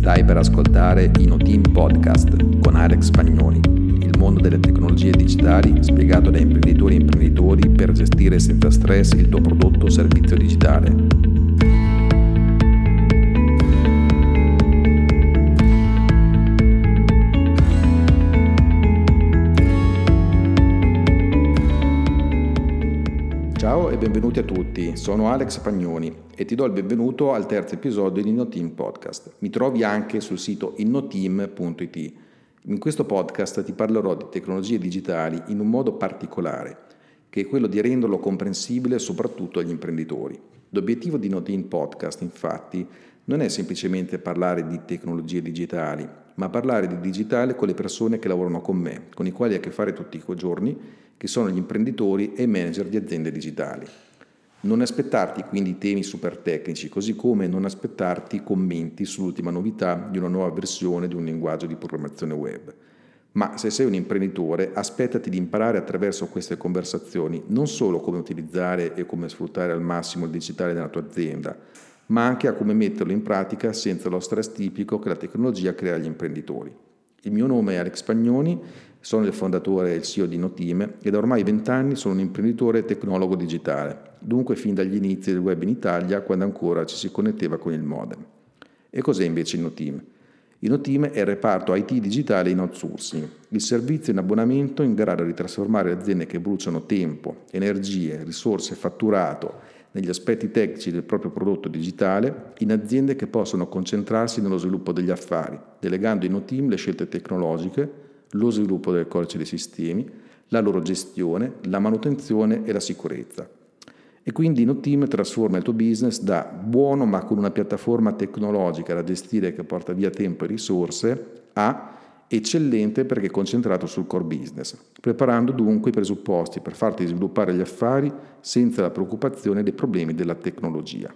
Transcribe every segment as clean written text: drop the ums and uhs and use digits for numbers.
Stai per ascoltare InnoTeam Podcast con Alex Spagnoni, il mondo delle tecnologie digitali spiegato da imprenditori e imprenditori per gestire senza stress il tuo prodotto o servizio digitale. Ciao e benvenuti a tutti, sono Alex Spagnoni e ti do il benvenuto al terzo episodio di InnoTeam Podcast. Mi trovi anche sul sito innoteam.it. In questo podcast ti parlerò di tecnologie digitali in un modo particolare, che è quello di renderlo comprensibile soprattutto agli imprenditori. L'obiettivo di InnoTeam Podcast, infatti, non è semplicemente parlare di tecnologie digitali, ma parlare di digitale con le persone che lavorano con me, con i quali hai a che fare tutti i giorni, che sono gli imprenditori e i manager di aziende digitali. Non aspettarti quindi temi super tecnici, così come non aspettarti commenti sull'ultima novità di una nuova versione di un linguaggio di programmazione web. Ma se sei un imprenditore, aspettati di imparare attraverso queste conversazioni non solo come utilizzare e come sfruttare al massimo il digitale nella tua azienda, ma anche a come metterlo in pratica senza lo stress tipico che la tecnologia crea agli imprenditori. Il mio nome è Alex Spagnoni, sono il fondatore e il CEO di InnoTeam e da ormai 20 anni sono un imprenditore tecnologo digitale, dunque fin dagli inizi del web in Italia, quando ancora ci si connetteva con il modem. E cos'è invece InnoTeam? InnoTeam è il reparto IT digitale in outsourcing, il servizio in abbonamento in grado di trasformare aziende che bruciano tempo, energie, risorse e fatturato negli aspetti tecnici del proprio prodotto digitale in aziende che possono concentrarsi nello sviluppo degli affari, delegando a InnoTeam le scelte tecnologiche, lo sviluppo del codice dei sistemi, la loro gestione, la manutenzione e la sicurezza. E quindi InnoTeam trasforma il tuo business da buono ma con una piattaforma tecnologica da gestire che porta via tempo e risorse a eccellente perché è concentrato sul core business, preparando dunque i presupposti per farti sviluppare gli affari senza la preoccupazione dei problemi della tecnologia.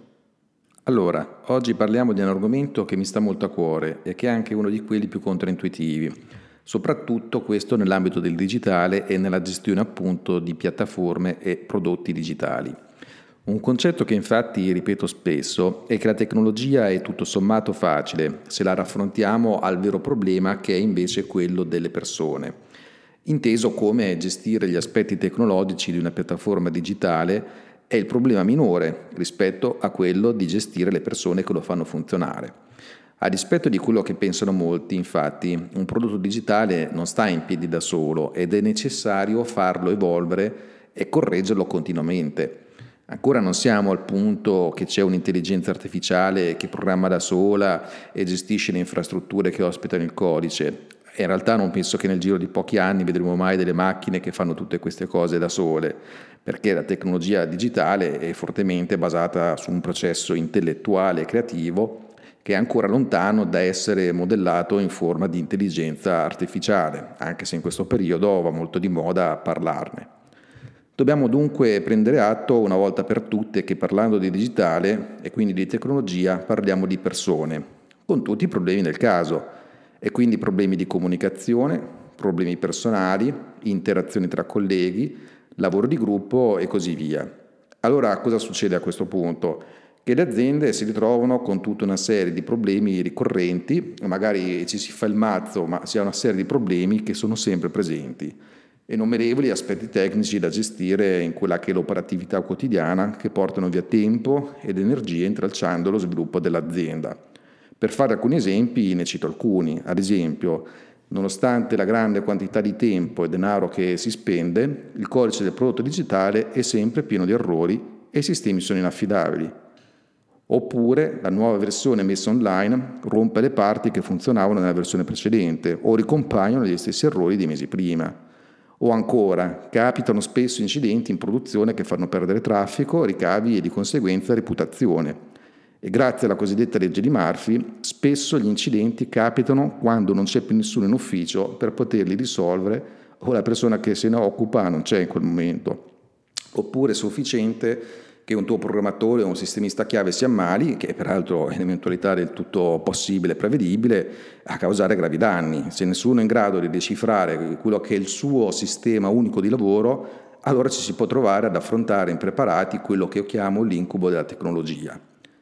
Allora, oggi parliamo di un argomento che mi sta molto a cuore e che è anche uno di quelli più controintuitivi, soprattutto questo nell'ambito del digitale e nella gestione appunto di piattaforme e prodotti digitali. Un concetto che infatti ripeto spesso è che la tecnologia è tutto sommato facile se la raffrontiamo al vero problema che è invece quello delle persone, inteso come gestire gli aspetti tecnologici di una piattaforma digitale è il problema minore rispetto a quello di gestire le persone che lo fanno funzionare. A dispetto di quello che pensano molti, infatti, un prodotto digitale non sta in piedi da solo ed è necessario farlo evolvere e correggerlo continuamente. Ancora non siamo al punto che c'è un'intelligenza artificiale che programma da sola e gestisce le infrastrutture che ospitano il codice. In realtà non penso che nel giro di pochi anni vedremo mai delle macchine che fanno tutte queste cose da sole, perché la tecnologia digitale è fortemente basata su un processo intellettuale e creativo che è ancora lontano da essere modellato in forma di intelligenza artificiale, anche se in questo periodo va molto di moda parlarne. Dobbiamo dunque prendere atto una volta per tutte che parlando di digitale e quindi di tecnologia parliamo di persone, con tutti i problemi del caso, e quindi problemi di comunicazione, problemi personali, interazioni tra colleghi, lavoro di gruppo e così via. Allora cosa succede a questo punto? Che le aziende si ritrovano con tutta una serie di problemi ricorrenti, magari ci si fa il mazzo, ma si ha una serie di problemi che sono sempre presenti, innumerevoli aspetti tecnici da gestire in quella che è l'operatività quotidiana che portano via tempo ed energie intralciando lo sviluppo dell'azienda. Per fare alcuni esempi ne cito alcuni, ad esempio, nonostante la grande quantità di tempo e denaro che si spende, il codice del prodotto digitale è sempre pieno di errori e i sistemi sono inaffidabili. Oppure la nuova versione messa online rompe le parti che funzionavano nella versione precedente o ricompaiono gli stessi errori dei mesi prima. O ancora, capitano spesso incidenti in produzione che fanno perdere traffico, ricavi e di conseguenza reputazione. E grazie alla cosiddetta legge di Murphy, spesso gli incidenti capitano quando non c'è più nessuno in ufficio per poterli risolvere o la persona che se ne occupa non c'è in quel momento. Oppure è sufficiente che un tuo programmatore o un sistemista chiave si ammali, che peraltro è un'eventualità del tutto possibile e prevedibile, a causare gravi danni. Se nessuno è in grado di decifrare quello che è il suo sistema unico di lavoro, allora ci si può trovare ad affrontare impreparati quello che io chiamo l'incubo della tecnologia.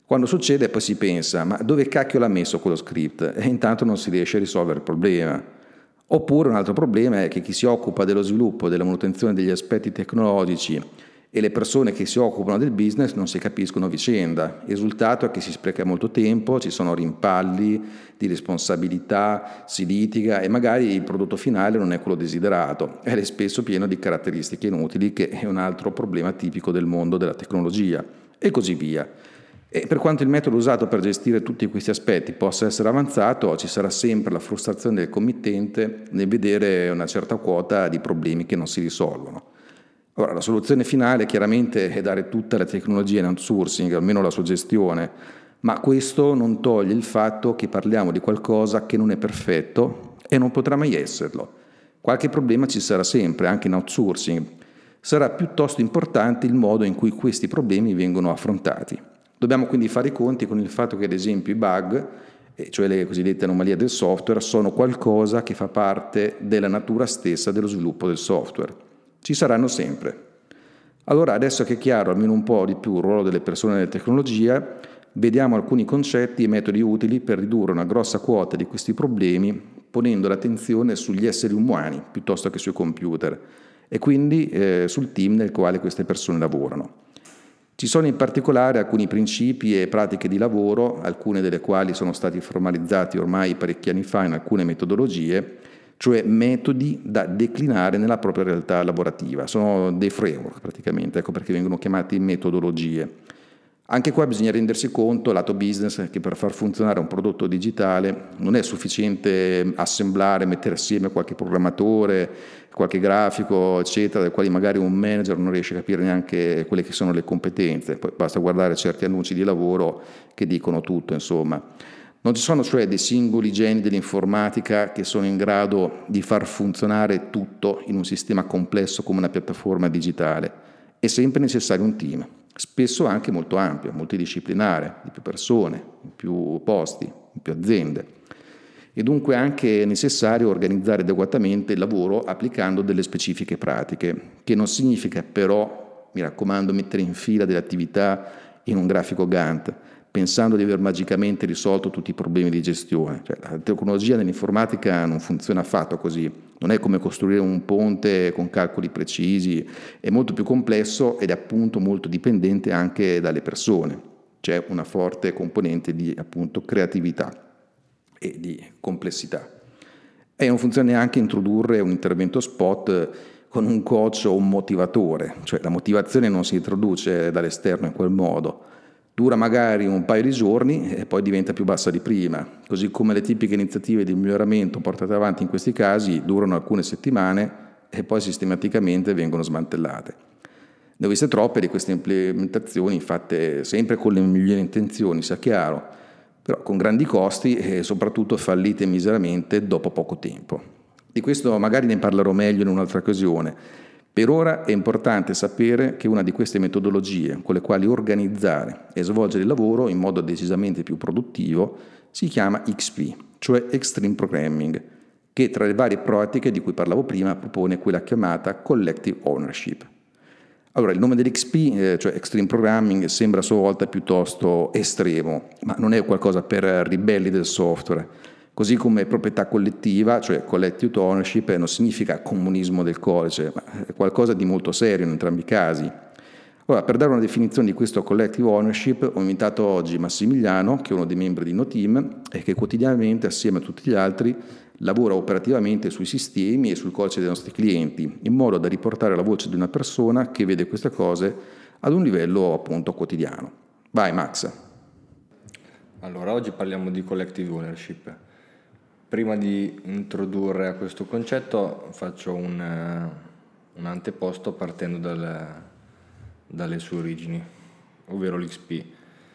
Quando succede poi si pensa, ma dove cacchio l'ha messo quello script? E intanto non si riesce a risolvere il problema. Oppure un altro problema è che chi si occupa dello sviluppo, della manutenzione degli aspetti tecnologici e le persone che si occupano del business non si capiscono a vicenda. Il risultato è che si spreca molto tempo, ci sono rimpalli di responsabilità, si litiga e magari il prodotto finale non è quello desiderato, ed è spesso pieno di caratteristiche inutili, che è un altro problema tipico del mondo della tecnologia, e così via. E per quanto il metodo usato per gestire tutti questi aspetti possa essere avanzato, ci sarà sempre la frustrazione del committente nel vedere una certa quota di problemi che non si risolvono. Ora, la soluzione finale chiaramente è dare tutta la tecnologia in outsourcing, almeno la sua gestione, ma questo non toglie il fatto che parliamo di qualcosa che non è perfetto e non potrà mai esserlo. Qualche problema ci sarà sempre, anche in outsourcing. Sarà piuttosto importante il modo in cui questi problemi vengono affrontati. Dobbiamo quindi fare i conti con il fatto che, ad esempio, i bug, cioè le cosiddette anomalie del software, sono qualcosa che fa parte della natura stessa dello sviluppo del software. Ci saranno sempre. Allora, adesso che è chiaro almeno un po' di più il ruolo delle persone nella tecnologia, vediamo alcuni concetti e metodi utili per ridurre una grossa quota di questi problemi, ponendo l'attenzione sugli esseri umani piuttosto che sui computer, e quindi sul team nel quale queste persone lavorano. Ci sono in particolare alcuni principi e pratiche di lavoro, alcune delle quali sono stati formalizzati ormai parecchi anni fa in alcune metodologie, cioè metodi da declinare nella propria realtà lavorativa. Sono dei framework praticamente, ecco perché vengono chiamati metodologie. Anche qua bisogna rendersi conto, lato business, che per far funzionare un prodotto digitale non è sufficiente assemblare, mettere assieme qualche programmatore, qualche grafico, eccetera, dai quali magari un manager non riesce a capire neanche quelle che sono le competenze. Poi basta guardare certi annunci di lavoro che dicono tutto, insomma. Non ci sono cioè dei singoli geni dell'informatica che sono in grado di far funzionare tutto in un sistema complesso come una piattaforma digitale. È sempre necessario un team, spesso anche molto ampio, multidisciplinare, di più persone, in più posti, in più aziende. E dunque è anche necessario organizzare adeguatamente il lavoro applicando delle specifiche pratiche, che non significa però, mi raccomando, mettere in fila delle attività in un grafico Gantt, pensando di aver magicamente risolto tutti i problemi di gestione. Cioè, la tecnologia nell'informatica non funziona affatto così, non è come costruire un ponte con calcoli precisi, è molto più complesso ed è appunto molto dipendente anche dalle persone. C'è una forte componente di appunto creatività e di complessità. E non funziona neanche introdurre un intervento spot con un coach o un motivatore, cioè la motivazione non si introduce dall'esterno in quel modo. Dura magari un paio di giorni e poi diventa più bassa di prima, così come le tipiche iniziative di miglioramento portate avanti in questi casi durano alcune settimane e poi sistematicamente vengono smantellate. Ne ho viste troppe di queste implementazioni, fatte sempre con le migliori intenzioni, sia chiaro, però con grandi costi e soprattutto fallite miseramente dopo poco tempo. Di questo magari ne parlerò meglio in un'altra occasione. Per ora è importante sapere che una di queste metodologie con le quali organizzare e svolgere il lavoro in modo decisamente più produttivo si chiama XP, cioè Extreme Programming, che tra le varie pratiche di cui parlavo prima propone quella chiamata Collective Ownership. Allora, il nome dell'XP, cioè Extreme Programming, sembra a sua volta piuttosto estremo, ma non è qualcosa per ribelli del software. Così come proprietà collettiva, cioè collective ownership, non significa comunismo del codice, ma è qualcosa di molto serio in entrambi i casi. Ora, per dare una definizione di questo collective ownership, ho invitato oggi Massimiliano, che è uno dei membri di NoTeam e che quotidianamente, assieme a tutti gli altri, lavora operativamente sui sistemi e sul codice dei nostri clienti, in modo da riportare la voce di una persona che vede queste cose ad un livello appunto quotidiano. Vai Max. Allora, oggi parliamo di collective ownership. Prima di introdurre a questo concetto faccio un anteposto partendo dalle sue origini, ovvero l'XP.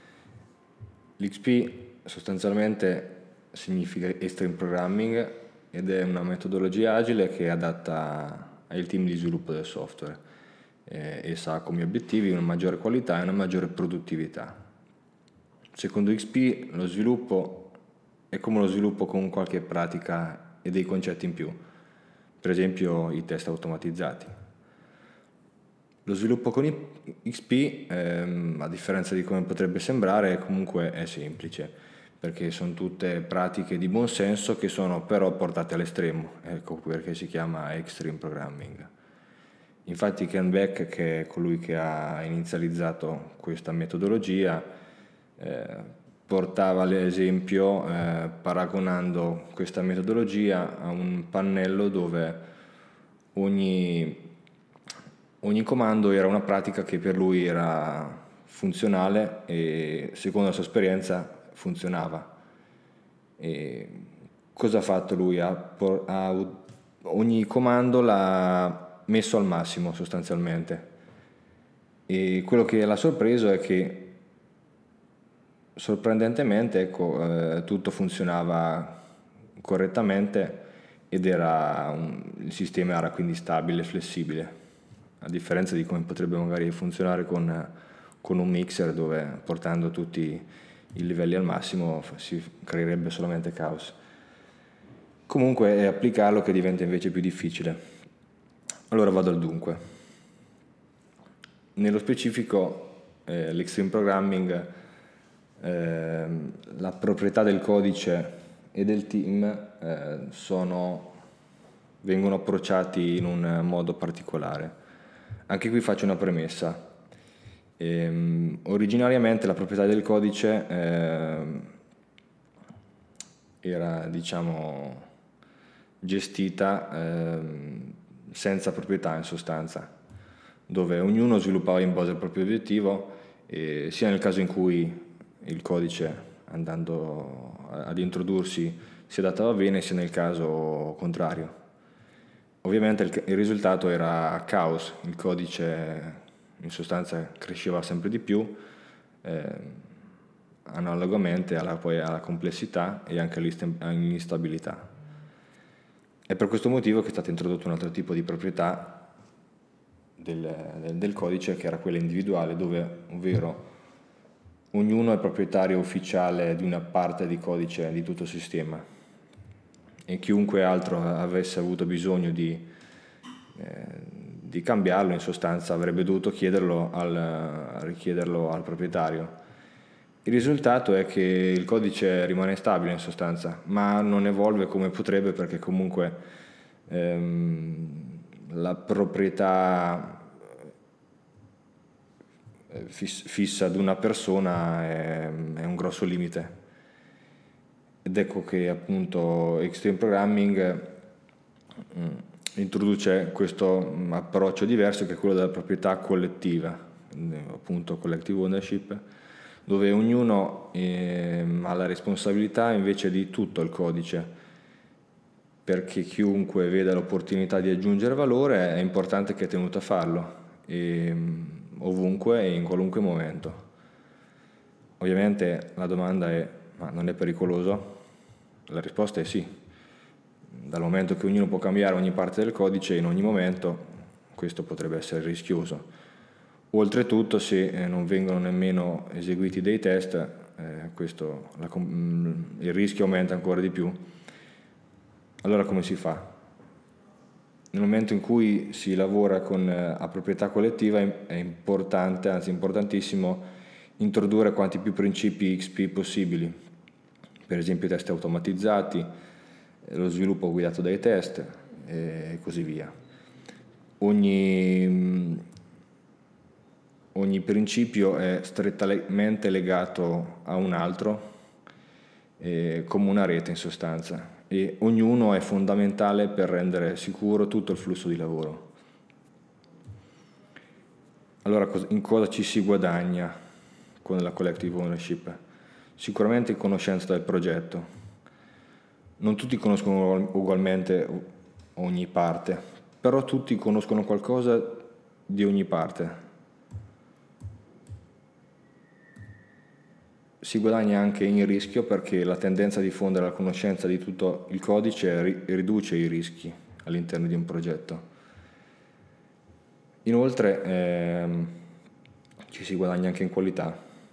L'XP sostanzialmente significa Extreme Programming ed è una metodologia agile che è adatta ai team di sviluppo del software. Essa ha come obiettivi una maggiore qualità e una maggiore produttività. Secondo XP lo sviluppo è come lo sviluppo con qualche pratica e dei concetti in più, per esempio i test automatizzati. Lo sviluppo con XP, a differenza di come potrebbe sembrare, comunque è semplice, perché sono tutte pratiche di buon senso che sono però portate all'estremo, ecco perché si chiama Extreme Programming. Infatti Ken Beck, che è colui che ha inizializzato questa metodologia, portava l'esempio paragonando questa metodologia a un pannello dove ogni comando era una pratica che per lui era funzionale e secondo la sua esperienza funzionava. E cosa ha fatto lui? Ogni comando l'ha messo al massimo sostanzialmente, e quello che l'ha sorpreso è che sorprendentemente, ecco, tutto funzionava correttamente ed il sistema era quindi stabile e flessibile, a differenza di come potrebbe magari funzionare con un mixer dove portando tutti i livelli al massimo si creerebbe solamente caos. Comunque è applicarlo che diventa invece più difficile. Allora vado al dunque. Nello specifico l'extreme programming, la proprietà del codice e del team vengono approcciati in un modo particolare. Anche qui faccio una premessa. Originariamente la proprietà del codice era, diciamo, gestita senza proprietà in sostanza, dove ognuno sviluppava in base al proprio obiettivo, sia nel caso in cui il codice andando ad introdursi si adattava bene, sia nel caso contrario. Ovviamente il risultato era caos, il codice in sostanza cresceva sempre di più, analogamente poi alla complessità e anche all'instabilità. È per questo motivo che è stato introdotto un altro tipo di proprietà del codice, che era quella individuale, ovvero ognuno è proprietario ufficiale di una parte di codice di tutto il sistema, e chiunque altro avesse avuto bisogno di cambiarlo, in sostanza avrebbe dovuto richiederlo al proprietario. Il risultato è che il codice rimane stabile in sostanza, ma non evolve come potrebbe, perché comunque la proprietà fissa ad una persona è un grosso limite. Ed ecco che appunto Extreme Programming introduce questo approccio diverso, che è quello della proprietà collettiva, appunto collective ownership, dove ognuno ha la responsabilità invece di tutto il codice, perché chiunque veda l'opportunità di aggiungere valore è importante che è tenuto a farlo, ovunque e in qualunque momento. Ovviamente la domanda è: ma non è pericoloso? La risposta è sì. Dal momento che ognuno può cambiare ogni parte del codice in ogni momento, questo potrebbe essere rischioso. Oltretutto, se non vengono nemmeno eseguiti dei test, il rischio aumenta ancora di più. Allora come si fa? Nel momento in cui si lavora a proprietà collettiva è importante, anzi importantissimo, introdurre quanti più principi XP possibili, per esempio test automatizzati, lo sviluppo guidato dai test e così via. Ogni principio è strettamente legato a un altro, come una rete in sostanza, e ognuno è fondamentale per rendere sicuro tutto il flusso di lavoro. Allora, in cosa ci si guadagna con la collective ownership? Sicuramente in conoscenza del progetto. Non tutti conoscono ugualmente ogni parte, però tutti conoscono qualcosa di ogni parte. Si guadagna anche in rischio, perché la tendenza a diffondere la conoscenza di tutto il codice riduce i rischi all'interno di un progetto. Inoltre ci si guadagna anche in qualità.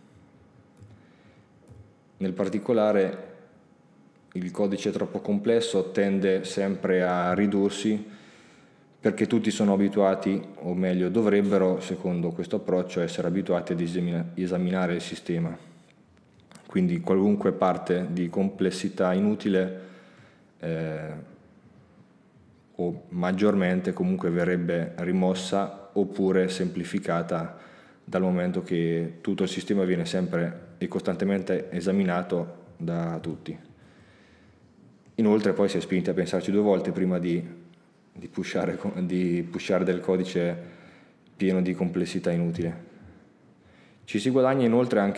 Nel particolare, il codice troppo complesso tende sempre a ridursi, perché tutti sono abituati, o meglio dovrebbero, secondo questo approccio, essere abituati ad esaminare il sistema. Quindi qualunque parte di complessità inutile o maggiormente comunque verrebbe rimossa oppure semplificata, dal momento che tutto il sistema viene sempre e costantemente esaminato da tutti. Inoltre poi si è spinti a pensarci 2 volte prima di pushare del codice pieno di complessità inutile. Ci si guadagna inoltre anche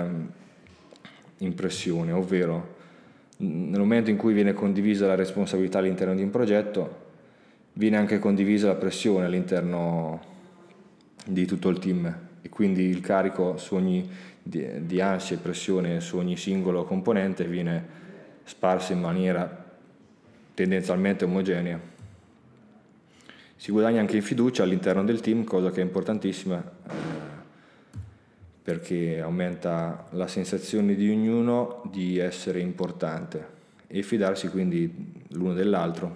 in pressione, ovvero nel momento in cui viene condivisa la responsabilità all'interno di un progetto, viene anche condivisa la pressione all'interno di tutto il team, e quindi il carico di ansia e pressione su ogni singolo componente viene sparso in maniera tendenzialmente omogenea. Si guadagna anche in fiducia all'interno del team, cosa che è importantissima, perché aumenta la sensazione di ognuno di essere importante e fidarsi quindi l'uno dell'altro.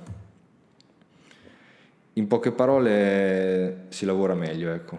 In poche parole si lavora meglio, ecco.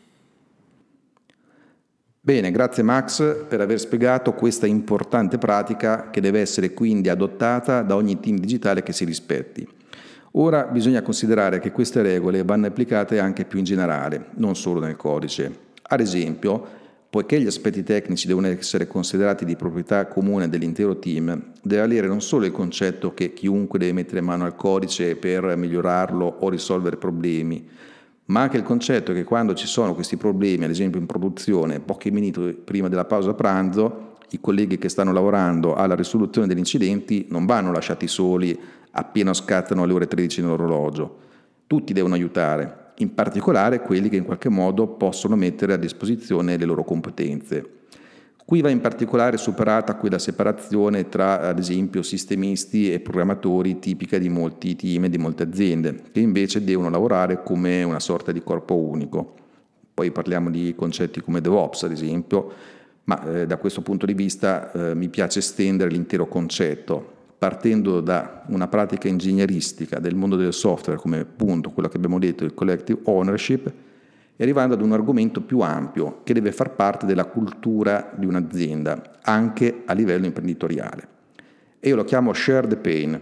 Bene, grazie Max per aver spiegato questa importante pratica che deve essere quindi adottata da ogni team digitale che si rispetti. Ora bisogna considerare che queste regole vanno applicate anche più in generale, non solo nel codice. Ad esempio, poiché gli aspetti tecnici devono essere considerati di proprietà comune dell'intero team, deve valere non solo il concetto che chiunque deve mettere mano al codice per migliorarlo o risolvere problemi, ma anche il concetto che quando ci sono questi problemi, ad esempio in produzione, pochi minuti prima della pausa pranzo, i colleghi che stanno lavorando alla risoluzione degli incidenti non vanno lasciati soli appena scattano le ore 13 nell'orologio. Tutti devono aiutare, in particolare quelli che in qualche modo possono mettere a disposizione le loro competenze. Qui va in particolare superata quella separazione tra, ad esempio, sistemisti e programmatori tipica di molti team e di molte aziende, che invece devono lavorare come una sorta di corpo unico. Poi parliamo di concetti come DevOps, ad esempio, ma da questo punto di vista mi piace estendere l'intero concetto, partendo da una pratica ingegneristica del mondo del software, come appunto quello che abbiamo detto, il collective ownership, e arrivando ad un argomento più ampio che deve far parte della cultura di un'azienda, anche a livello imprenditoriale. E io lo chiamo share the pain,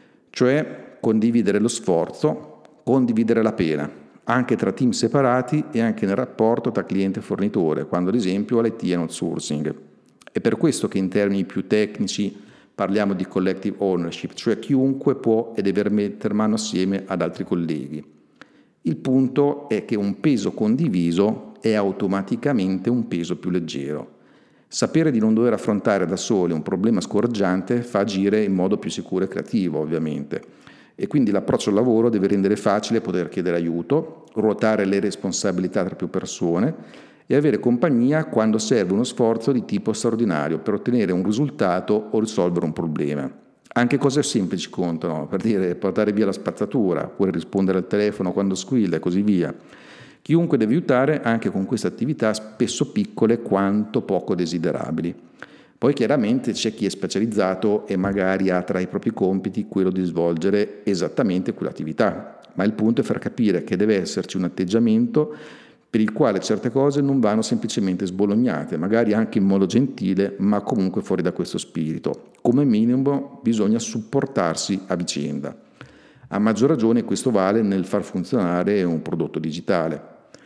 cioè condividere lo sforzo, condividere la pena, anche tra team separati e anche nel rapporto tra cliente e fornitore, quando ad esempio l'IT è outsourcing. È per questo che in termini più tecnici parliamo di collective ownership, cioè chiunque può e deve mettere mano assieme ad altri colleghi. Il punto è che un peso condiviso è automaticamente un peso più leggero. Sapere di non dover affrontare da soli un problema scoraggiante fa agire in modo più sicuro e creativo, ovviamente. E quindi l'approccio al lavoro deve rendere facile poter chiedere aiuto, ruotare le responsabilità tra più persone e avere compagnia quando serve uno sforzo di tipo straordinario per ottenere un risultato o risolvere un problema. Anche cose semplici contano, per dire portare via la spazzatura, oppure rispondere al telefono quando squilla e così via. Chiunque deve aiutare anche con queste attività spesso piccole quanto poco desiderabili. Poi chiaramente c'è chi è specializzato e magari ha tra i propri compiti quello di svolgere esattamente quell'attività, ma il punto è far capire che deve esserci un atteggiamento per il quale certe cose non vanno semplicemente sbolognate, magari anche in modo gentile, ma comunque fuori da questo spirito. Come minimo bisogna supportarsi a vicenda. A maggior ragione questo vale nel far funzionare un prodotto digitale.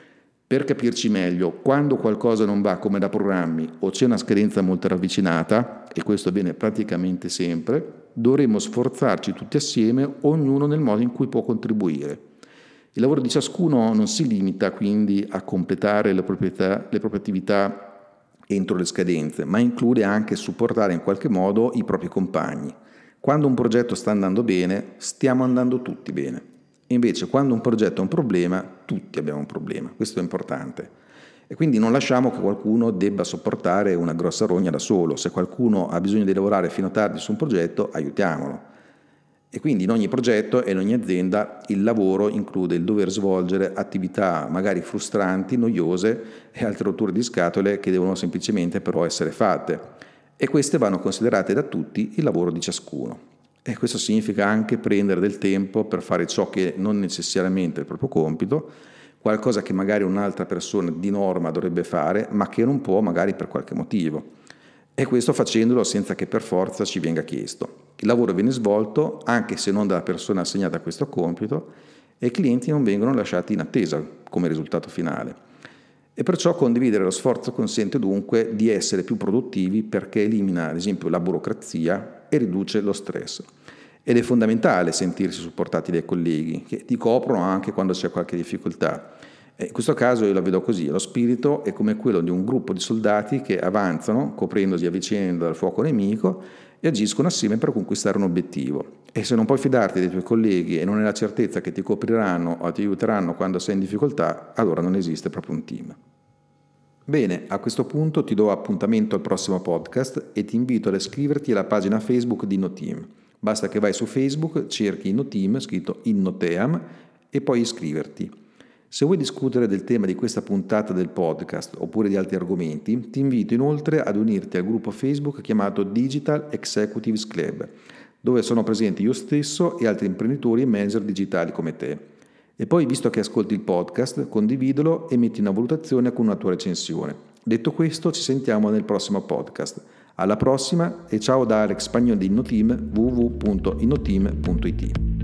Per capirci meglio, quando qualcosa non va come da programmi o c'è una scadenza molto ravvicinata, e questo avviene praticamente sempre, dovremo sforzarci tutti assieme, ognuno nel modo in cui può contribuire. Il lavoro di ciascuno non si limita quindi a completare le proprie attività entro le scadenze, ma include anche supportare in qualche modo i propri compagni. Quando un progetto sta andando bene, stiamo andando tutti bene. E invece quando un progetto ha un problema, tutti abbiamo un problema. Questo è importante. E quindi non lasciamo che qualcuno debba sopportare una grossa rogna da solo. Se qualcuno ha bisogno di lavorare fino a tardi su un progetto, aiutiamolo. E quindi in ogni progetto e in ogni azienda il lavoro include il dover svolgere attività magari frustranti, noiose e altre rotture di scatole che devono semplicemente però essere fatte. E queste vanno considerate da tutti il lavoro di ciascuno. E questo significa anche prendere del tempo per fare ciò che non necessariamente è il proprio compito, qualcosa che magari un'altra persona di norma dovrebbe fare, ma che non può magari per qualche motivo. E questo facendolo senza che per forza ci venga chiesto. Il lavoro viene svolto anche se non dalla persona assegnata a questo compito e i clienti non vengono lasciati in attesa come risultato finale. E perciò condividere lo sforzo consente dunque di essere più produttivi perché elimina ad esempio la burocrazia e riduce lo stress. Ed è fondamentale sentirsi supportati dai colleghi che ti coprono anche quando c'è qualche difficoltà. In questo caso io la vedo così, lo spirito è come quello di un gruppo di soldati che avanzano, coprendosi a vicenda dal fuoco nemico e agiscono assieme per conquistare un obiettivo. E se non puoi fidarti dei tuoi colleghi e non hai la certezza che ti copriranno o ti aiuteranno quando sei in difficoltà, allora non esiste proprio un team. Bene, a questo punto ti do appuntamento al prossimo podcast e ti invito ad iscriverti alla pagina Facebook di InnoTeam. Basta che vai su Facebook, cerchi InnoTeam, scritto Innoteam, e poi iscriverti. Se vuoi discutere del tema di questa puntata del podcast oppure di altri argomenti, ti invito inoltre ad unirti al gruppo Facebook chiamato Digital Executives Club, dove sono presenti io stesso e altri imprenditori e manager digitali come te. E poi, visto che ascolti il podcast, condividilo e metti una valutazione con una tua recensione. Detto questo, ci sentiamo nel prossimo podcast. Alla prossima e ciao da Alex Spagnoli di InnoTeam, www.innoteam.it.